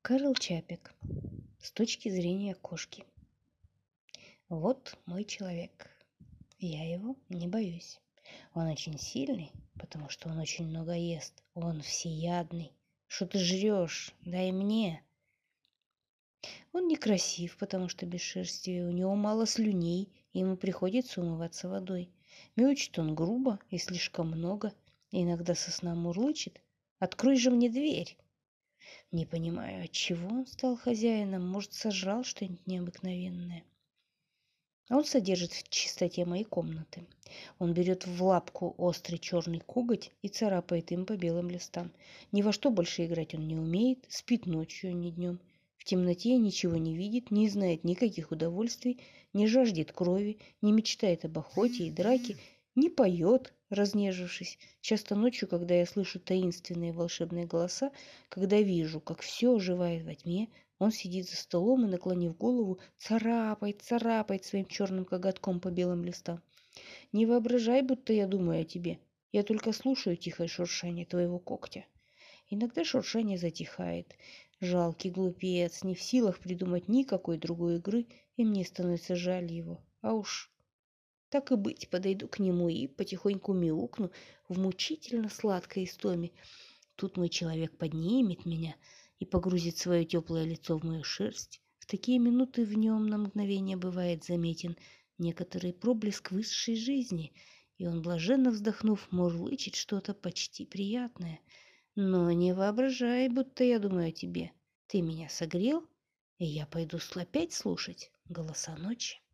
Карл Чапек. С точки зрения кошки. Вот мой человек. Я его не боюсь. Он очень сильный, потому что он очень много ест. Он всеядный. Что ты жрешь? Дай мне. Он некрасив, потому что без шерсти. У него мало слюней, и ему приходится умываться водой. Мяучит он грубо и слишком много. И иногда со сна мурлычет. «Открой же мне дверь!» Не понимаю, отчего он стал хозяином. Может, сожрал что-нибудь необыкновенное. А он содержит в чистоте моей комнаты. Он берет в лапку острый черный коготь и царапает им по белым листам. Ни во что больше играть он не умеет, спит ночью, а не днем. В темноте ничего не видит, не знает никаких удовольствий, не жаждет крови, не мечтает об охоте и драке, не поет, разнежившись. Часто ночью, когда я слышу таинственные волшебные голоса, когда вижу, как все оживает во тьме, он сидит за столом и, наклонив голову, царапает своим черным коготком по белым листам. Не воображай, будто я думаю о тебе. Я только слушаю тихое шуршание твоего когтя. Иногда шуршание затихает. Жалкий глупец, не в силах придумать никакой другой игры, и мне становится жаль его. А уж так и быть, подойду к нему и потихоньку мяукну в мучительно сладкой истоме. Тут мой человек поднимет меня и погрузит свое теплое лицо в мою шерсть. В такие минуты в нем на мгновение бывает заметен некоторый проблеск высшей жизни, и он, блаженно вздохнув, мурлычет что-то почти приятное. Но не воображай, будто я думаю о тебе. Ты меня согрел, и я пойду опять слушать голоса ночи.